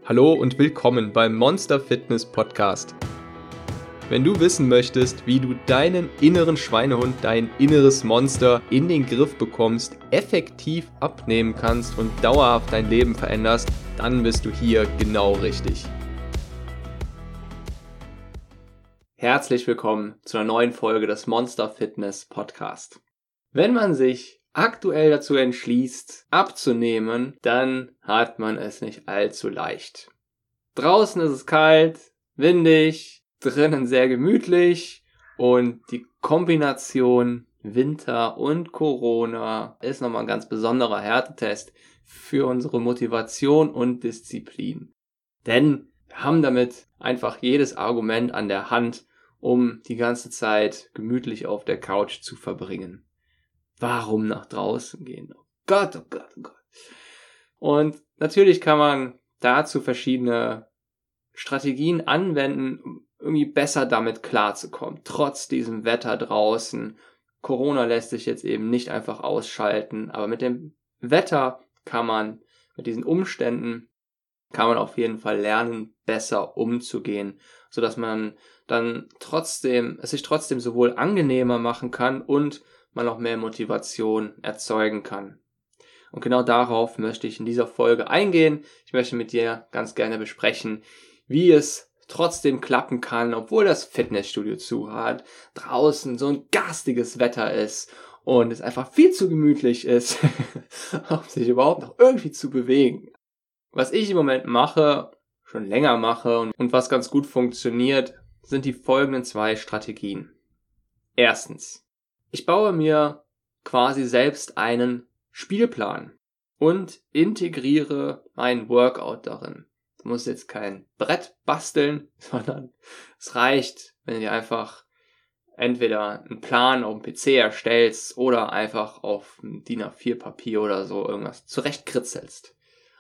Hallo und willkommen beim Monster Fitness Podcast. Wenn du wissen möchtest, wie du deinen inneren Schweinehund, dein inneres Monster in den Griff bekommst, effektiv abnehmen kannst und dauerhaft dein Leben veränderst, dann bist du hier genau richtig. Herzlich willkommen zu einer neuen Folge des Monster Fitness Podcast. Wenn man sich aktuell dazu entschließt, abzunehmen, dann hat man es nicht allzu leicht. Draußen ist es kalt, windig, drinnen sehr gemütlich und die Kombination Winter und Corona ist nochmal ein ganz besonderer Härtetest für unsere Motivation und Disziplin. Denn wir haben damit einfach jedes Argument an der Hand, um die ganze Zeit gemütlich auf der Couch zu verbringen. Warum nach draußen gehen? Oh Gott, oh Gott, oh Gott. Und natürlich kann man dazu verschiedene Strategien anwenden, um irgendwie besser damit klarzukommen. Trotz diesem Wetter draußen. Corona lässt sich jetzt eben nicht einfach ausschalten. Aber mit dem Wetter mit diesen Umständen kann man auf jeden Fall lernen, besser umzugehen, sodass man dann es sich trotzdem sowohl angenehmer machen kann und man noch mehr Motivation erzeugen kann. Und genau darauf möchte ich in dieser Folge eingehen. Ich möchte mit dir ganz gerne besprechen, wie es trotzdem klappen kann, obwohl das Fitnessstudio zu hat, draußen so ein garstiges Wetter ist und es einfach viel zu gemütlich ist, um sich überhaupt noch irgendwie zu bewegen. Was ich im Moment mache, schon länger mache und was ganz gut funktioniert, sind die folgenden 2 Strategien. Erstens, ich baue mir quasi selbst einen Spielplan und integriere mein Workout darin. Du musst jetzt kein Brett basteln, sondern es reicht, wenn du dir einfach entweder einen Plan auf dem PC erstellst oder einfach auf ein DIN A4 Papier oder so irgendwas zurechtkritzelst.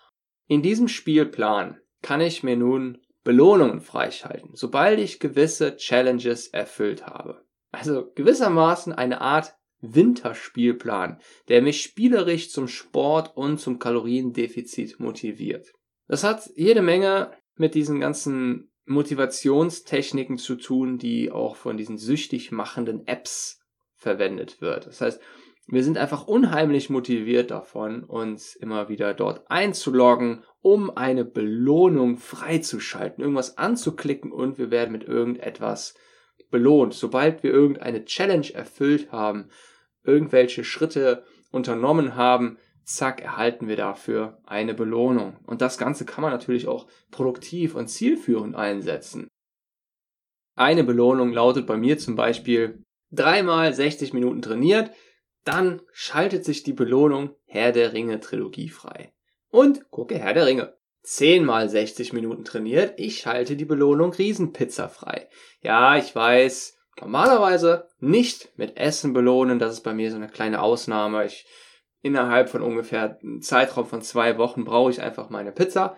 In diesem Spielplan kann ich mir nun Belohnungen freischalten, sobald ich gewisse Challenges erfüllt habe. Also gewissermaßen eine Art Winterspielplan, der mich spielerisch zum Sport und zum Kaloriendefizit motiviert. Das hat jede Menge mit diesen ganzen Motivationstechniken zu tun, die auch von diesen süchtig machenden Apps verwendet wird. Das heißt, wir sind einfach unheimlich motiviert davon, uns immer wieder dort einzuloggen, um eine Belohnung freizuschalten, irgendwas anzuklicken und wir werden mit irgendetwas belohnt. Sobald wir irgendeine Challenge erfüllt haben, irgendwelche Schritte unternommen haben, zack, erhalten wir dafür eine Belohnung. Und das Ganze kann man natürlich auch produktiv und zielführend einsetzen. Eine Belohnung lautet bei mir zum Beispiel 3-mal 60 Minuten trainiert, dann schaltet sich die Belohnung Herr der Ringe Trilogie frei. Und gucke, Herr der Ringe. 10-mal 60 Minuten trainiert, ich schalte die Belohnung Riesenpizza frei. Ja, ich weiß, normalerweise nicht mit Essen belohnen, das ist bei mir so eine kleine Ausnahme. Innerhalb von ungefähr einem Zeitraum von 2 Wochen brauche ich einfach meine Pizza.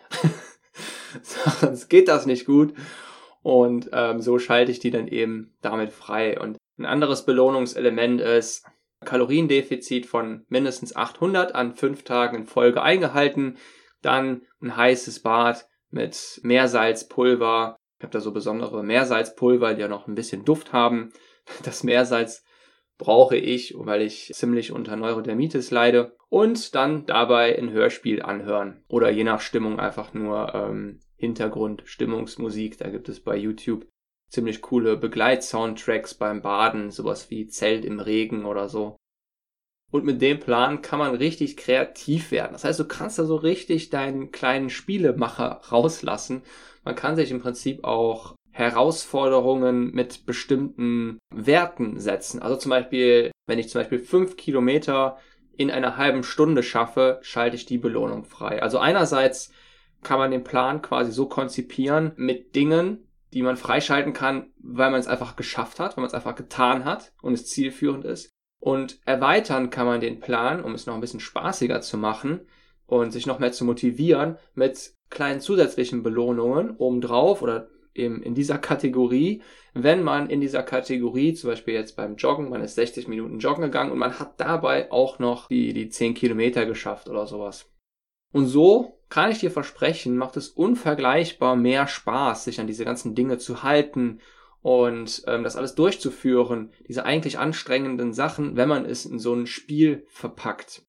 Sonst geht das nicht gut. Und so schalte ich die dann eben damit frei. Und ein anderes Belohnungselement ist Kaloriendefizit von mindestens 800 an 5 Tagen in Folge eingehalten. Dann ein heißes Bad mit Meersalzpulver. Ich habe da so besondere Meersalzpulver, die ja noch ein bisschen Duft haben. Das Meersalz brauche ich, weil ich ziemlich unter Neurodermitis leide. Und dann dabei ein Hörspiel anhören. Oder je nach Stimmung einfach nur Hintergrund-Stimmungsmusik. Da gibt es bei YouTube ziemlich coole Begleitsoundtracks beim Baden. Sowas wie Zelt im Regen oder so. Und mit dem Plan kann man richtig kreativ werden. Das heißt, du kannst da so richtig deinen kleinen Spielemacher rauslassen. Man kann sich im Prinzip auch Herausforderungen mit bestimmten Werten setzen. Also zum Beispiel, wenn ich zum Beispiel 5 Kilometer in einer halben Stunde schaffe, schalte ich die Belohnung frei. Also einerseits kann man den Plan quasi so konzipieren mit Dingen, die man freischalten kann, weil man es einfach geschafft hat, weil man es einfach getan hat und es zielführend ist. Und erweitern kann man den Plan, um es noch ein bisschen spaßiger zu machen und sich noch mehr zu motivieren, mit kleinen zusätzlichen Belohnungen obendrauf oder eben in dieser Kategorie. Wenn man in dieser Kategorie, zum Beispiel jetzt beim Joggen, man ist 60 Minuten joggen gegangen und man hat dabei auch noch die 10 Kilometer geschafft oder sowas. Und so kann ich dir versprechen, macht es unvergleichbar mehr Spaß, sich an diese ganzen Dinge zu halten und das alles durchzuführen, diese eigentlich anstrengenden Sachen, wenn man es in so ein Spiel verpackt.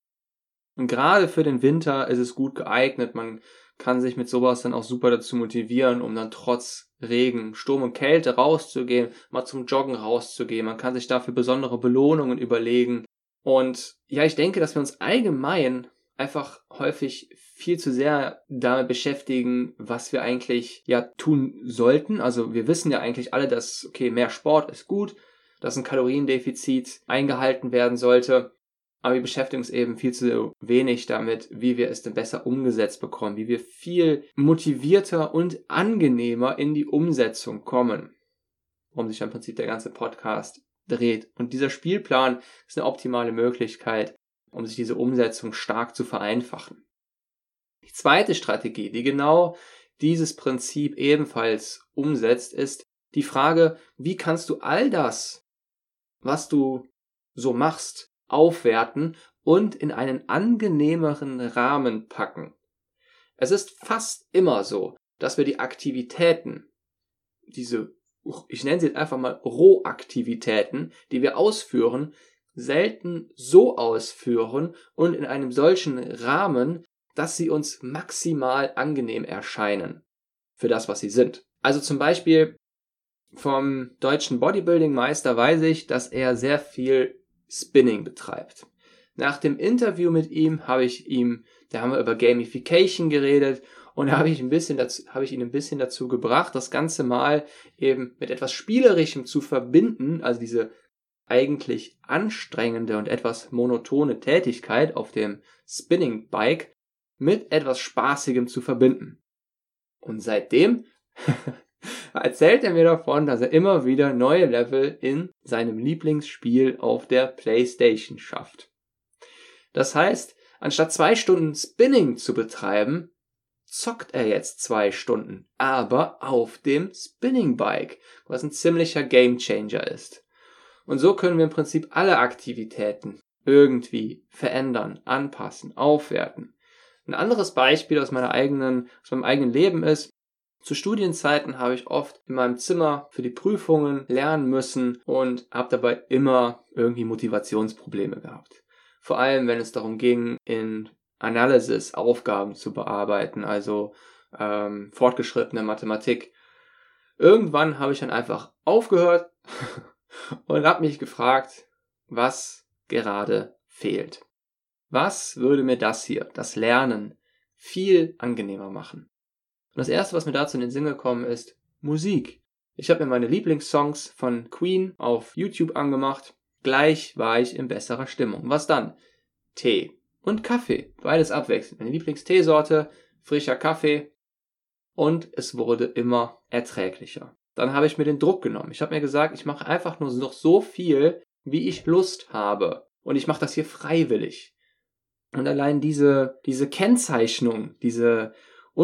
Und gerade für den Winter ist es gut geeignet. Man kann sich mit sowas dann auch super dazu motivieren, um dann trotz Regen, Sturm und Kälte rauszugehen, mal zum Joggen rauszugehen. Man kann sich dafür besondere Belohnungen überlegen. Und ja, ich denke, dass wir uns allgemein einfach häufig viel zu sehr damit beschäftigen, was wir eigentlich ja tun sollten. Also wir wissen ja eigentlich alle, dass, okay, mehr Sport ist gut, dass ein Kaloriendefizit eingehalten werden sollte. Aber wir beschäftigen uns eben viel zu wenig damit, wie wir es denn besser umgesetzt bekommen, wie wir viel motivierter und angenehmer in die Umsetzung kommen, worum sich im Prinzip der ganze Podcast dreht. Und dieser Spielplan ist eine optimale Möglichkeit, um sich diese Umsetzung stark zu vereinfachen. Die zweite Strategie, die genau dieses Prinzip ebenfalls umsetzt, ist die Frage, wie kannst du all das, was du so machst, aufwerten und in einen angenehmeren Rahmen packen. Es ist fast immer so, dass wir die Aktivitäten, diese, ich nenne sie jetzt einfach mal Rohaktivitäten, die wir ausführen, selten so ausführen und in einem solchen Rahmen, dass sie uns maximal angenehm erscheinen für das, was sie sind. Also zum Beispiel vom deutschen Bodybuilding-Meister weiß ich, dass er sehr viel Spinning betreibt. Nach dem Interview mit ihm da haben wir über Gamification geredet und da habe ich ihn ein bisschen dazu gebracht, das Ganze mal eben mit etwas Spielerischem zu verbinden, also diese eigentlich anstrengende und etwas monotone Tätigkeit auf dem Spinning Bike mit etwas Spaßigem zu verbinden. Und seitdem erzählt er mir davon, dass er immer wieder neue Level in seinem Lieblingsspiel auf der PlayStation schafft. Das heißt, anstatt 2 Stunden Spinning zu betreiben, zockt er jetzt 2 Stunden, aber auf dem Spinning Bike, was ein ziemlicher Gamechanger ist. Und so können wir im Prinzip alle Aktivitäten irgendwie verändern, anpassen, aufwerten. Ein anderes Beispiel aus meinem eigenen Leben ist, zu Studienzeiten habe ich oft in meinem Zimmer für die Prüfungen lernen müssen und habe dabei immer irgendwie Motivationsprobleme gehabt. Vor allem, wenn es darum ging, in Analysis Aufgaben zu bearbeiten, also fortgeschrittene Mathematik. Irgendwann habe ich dann einfach aufgehört und habe mich gefragt, was gerade fehlt. Was würde mir das Lernen, viel angenehmer machen? Und das erste, was mir dazu in den Sinn gekommen ist, Musik. Ich habe mir meine Lieblingssongs von Queen auf YouTube angemacht. Gleich war ich in besserer Stimmung. Was dann? Tee und Kaffee. Beides abwechselnd. Meine Lieblingsteesorte, frischer Kaffee. Und es wurde immer erträglicher. Dann habe ich mir den Druck genommen. Ich habe mir gesagt, ich mache einfach nur noch so viel, wie ich Lust habe. Und ich mache das hier freiwillig. Und allein diese Kennzeichnung, diese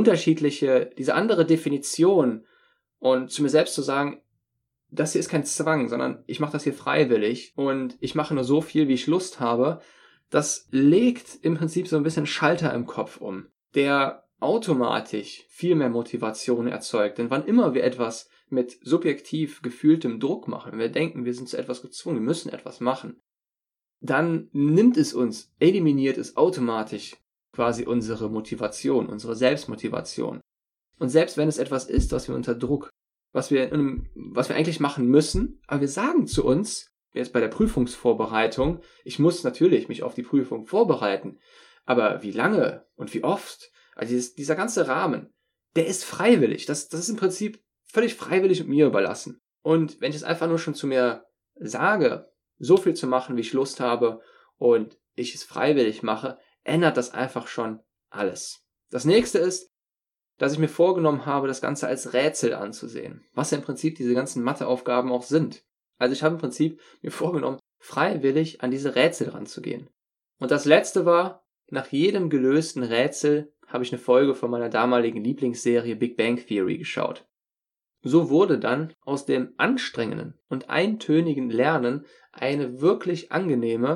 andere Definition und zu mir selbst zu sagen, das hier ist kein Zwang, sondern ich mache das hier freiwillig und ich mache nur so viel, wie ich Lust habe, das legt im Prinzip so ein bisschen Schalter im Kopf um, der automatisch viel mehr Motivation erzeugt. Denn wann immer wir etwas mit subjektiv gefühltem Druck machen, wenn wir denken, wir sind zu etwas gezwungen, wir müssen etwas machen, dann eliminiert es automatisch quasi unsere Motivation, unsere Selbstmotivation. Und selbst wenn es etwas ist, was wir unter Druck, was wir eigentlich machen müssen, aber wir sagen zu uns, jetzt bei der Prüfungsvorbereitung, ich muss natürlich mich auf die Prüfung vorbereiten, aber wie lange und wie oft, also dieser ganze Rahmen, der ist freiwillig, das ist im Prinzip völlig freiwillig und mir überlassen. Und wenn ich es einfach nur schon zu mir sage, so viel zu machen, wie ich Lust habe und ich es freiwillig mache, ändert das einfach schon alles. Das nächste ist, dass ich mir vorgenommen habe, das Ganze als Rätsel anzusehen, was ja im Prinzip diese ganzen Matheaufgaben auch sind. Also ich habe im Prinzip mir vorgenommen, freiwillig an diese Rätsel ranzugehen. Und das letzte war, nach jedem gelösten Rätsel habe ich eine Folge von meiner damaligen Lieblingsserie Big Bang Theory geschaut. So wurde dann aus dem anstrengenden und eintönigen Lernen eine wirklich angenehme,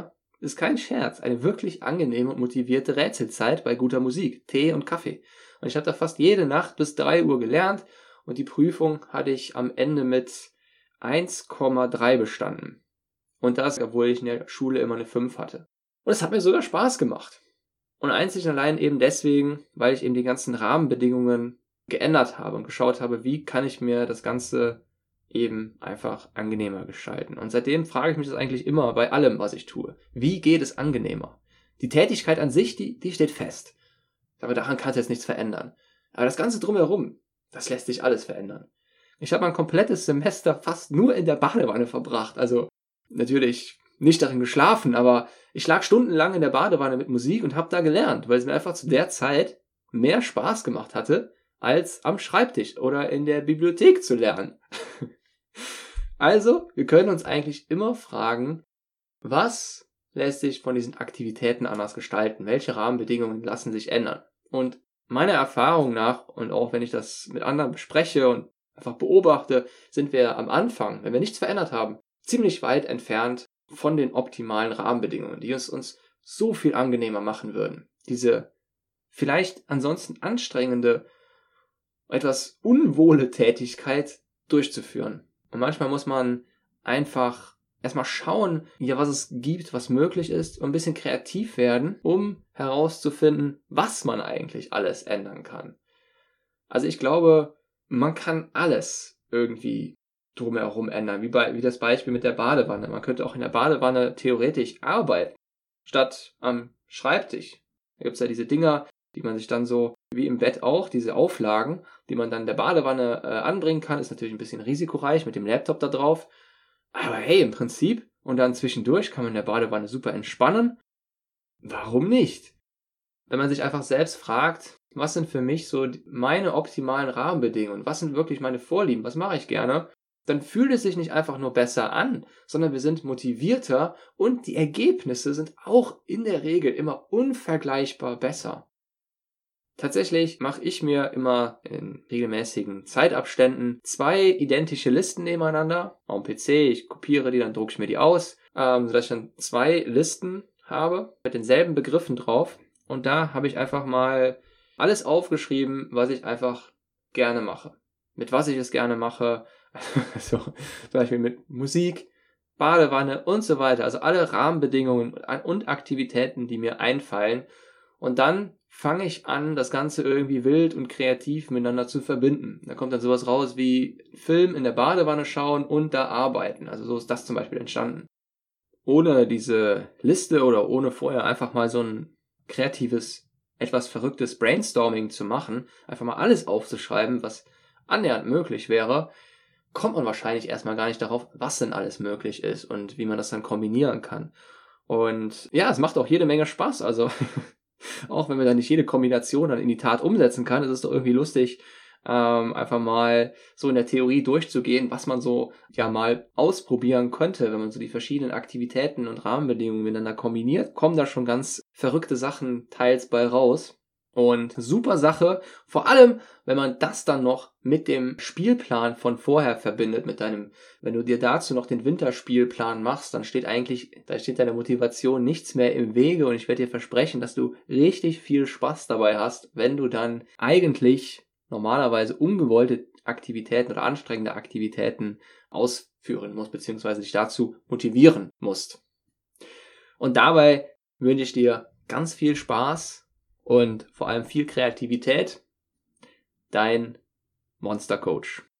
ist kein Scherz, eine wirklich angenehme und motivierte Rätselzeit bei guter Musik, Tee und Kaffee. Und ich habe da fast jede Nacht bis 3 Uhr gelernt und die Prüfung hatte ich am Ende mit 1,3 bestanden. Und das, obwohl ich in der Schule immer eine 5 hatte. Und es hat mir sogar Spaß gemacht. Und einzig und allein eben deswegen, weil ich eben die ganzen Rahmenbedingungen geändert habe und geschaut habe, wie kann ich mir das Ganze eben einfach angenehmer gestalten. Und seitdem frage ich mich das eigentlich immer bei allem, was ich tue. Wie geht es angenehmer? Die Tätigkeit an sich, die steht fest. Aber daran kannst du jetzt nichts verändern. Aber das Ganze drumherum, das lässt sich alles verändern. Ich habe mein komplettes Semester fast nur in der Badewanne verbracht. Also natürlich nicht darin geschlafen, aber ich lag stundenlang in der Badewanne mit Musik und habe da gelernt, weil es mir einfach zu der Zeit mehr Spaß gemacht hatte, als am Schreibtisch oder in der Bibliothek zu lernen. Also, wir können uns eigentlich immer fragen, was lässt sich von diesen Aktivitäten anders gestalten? Welche Rahmenbedingungen lassen sich ändern? Und meiner Erfahrung nach, und auch wenn ich das mit anderen bespreche und einfach beobachte, sind wir am Anfang, wenn wir nichts verändert haben, ziemlich weit entfernt von den optimalen Rahmenbedingungen, die es uns so viel angenehmer machen würden. Diese vielleicht ansonsten anstrengende, etwas unwohle Tätigkeit durchzuführen. Und manchmal muss man einfach erstmal schauen, ja, was es gibt, was möglich ist, und ein bisschen kreativ werden, um herauszufinden, was man eigentlich alles ändern kann. Also ich glaube, man kann alles irgendwie drumherum ändern, wie das Beispiel mit der Badewanne. Man könnte auch in der Badewanne theoretisch arbeiten, statt am Schreibtisch. Da gibt es ja diese Dinger, die man sich dann so, wie im Bett auch, diese Auflagen, die man dann in der Badewanne anbringen kann, ist natürlich ein bisschen risikoreich mit dem Laptop da drauf. Aber hey, im Prinzip, und dann zwischendurch kann man in der Badewanne super entspannen. Warum nicht? Wenn man sich einfach selbst fragt, was sind für mich so meine optimalen Rahmenbedingungen, was sind wirklich meine Vorlieben, was mache ich gerne, dann fühlt es sich nicht einfach nur besser an, sondern wir sind motivierter und die Ergebnisse sind auch in der Regel immer unvergleichbar besser. Tatsächlich mache ich mir immer in regelmäßigen Zeitabständen 2 identische Listen nebeneinander auf dem PC. Ich kopiere die, dann drucke ich mir die aus, sodass ich dann 2 Listen habe mit denselben Begriffen drauf. Und da habe ich einfach mal alles aufgeschrieben, was ich einfach gerne mache. Mit was ich es gerne mache. Also zum Beispiel mit Musik, Badewanne und so weiter. Also alle Rahmenbedingungen und Aktivitäten, die mir einfallen. Und dann fange ich an, das Ganze irgendwie wild und kreativ miteinander zu verbinden. Da kommt dann sowas raus wie Film in der Badewanne schauen und da arbeiten. Also so ist das zum Beispiel entstanden. Ohne diese Liste oder ohne vorher einfach mal so ein kreatives, etwas verrücktes Brainstorming zu machen, einfach mal alles aufzuschreiben, was annähernd möglich wäre, kommt man wahrscheinlich erstmal gar nicht darauf, was denn alles möglich ist und wie man das dann kombinieren kann. Und ja, es macht auch jede Menge Spaß. Also auch wenn man dann nicht jede Kombination dann in die Tat umsetzen kann, ist es doch irgendwie lustig, einfach mal so in der Theorie durchzugehen, was man so ja mal ausprobieren könnte, wenn man so die verschiedenen Aktivitäten und Rahmenbedingungen miteinander kombiniert, kommen da schon ganz verrückte Sachen teils bei raus. Und super Sache, vor allem, wenn man das dann noch mit dem Spielplan von vorher verbindet, wenn du dir dazu noch den Winterspielplan machst, dann steht deiner Motivation nichts mehr im Wege und ich werde dir versprechen, dass du richtig viel Spaß dabei hast, wenn du dann eigentlich normalerweise ungewollte Aktivitäten oder anstrengende Aktivitäten ausführen musst, beziehungsweise dich dazu motivieren musst. Und dabei wünsche ich dir ganz viel Spaß und vor allem viel Kreativität. Dein Monster Coach.